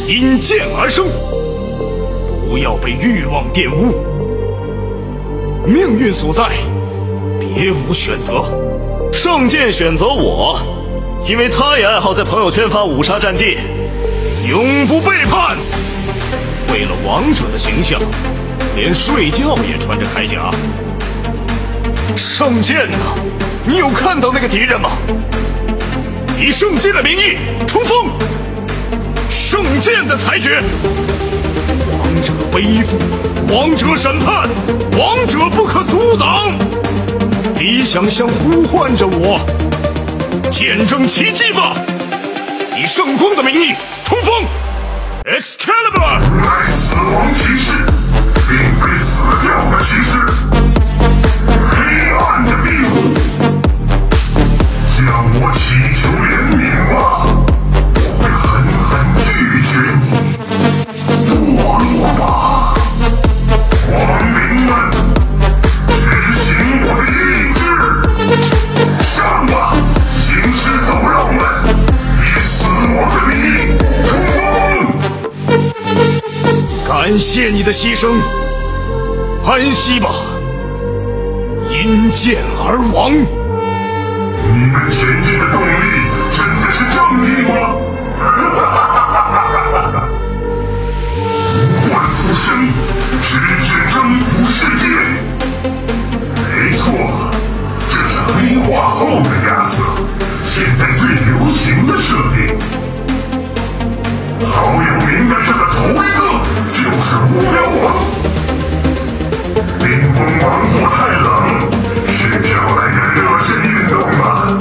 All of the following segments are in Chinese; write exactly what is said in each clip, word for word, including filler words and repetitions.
因剑而生，不要被欲望玷污。命运所在，别无选择。圣剑选择我，因为他也爱好在朋友圈发五杀战绩，永不背叛。为了王者的形象，连睡觉也穿着铠甲。圣剑呢？你有看到那个敌人吗？以圣剑的名义冲锋！圣剑的裁决，王者背负，王者审判，王者不可阻挡。理想像呼唤着我，见证奇迹吧！以圣光的名义冲锋 ！Excalibur！ 乃死亡骑士，并非死掉的骑士，黑暗的庇护。向我祈求怜悯吧，我会狠狠拒绝你。堕落吧，皇民们，执行我的意志。上吧，行尸走肉们，以死亡的名义冲锋！ 感谢你的牺牲，安息吧，因剑而亡。 你们前进的动力真的是正义吗？无冠附身，直至征服世界。没错，这是黑化后的亚瑟，现在最流行的设定。好友名单上的头一个就是目标王。冰封王座太冷，是时候来点热身运动了。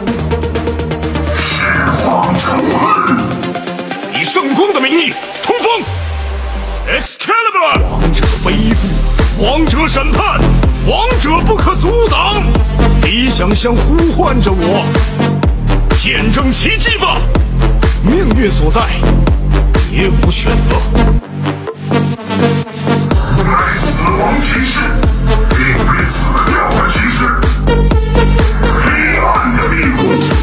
释放仇恨， 以圣光的名义冲锋 ！Excalibur！ 王者背负，王者审判，王者不可阻挡。理想像呼唤着我，见证奇迹吧！命运所在，别无选择。 乃死亡骑士，并非死掉的骑士。黑暗的庇护。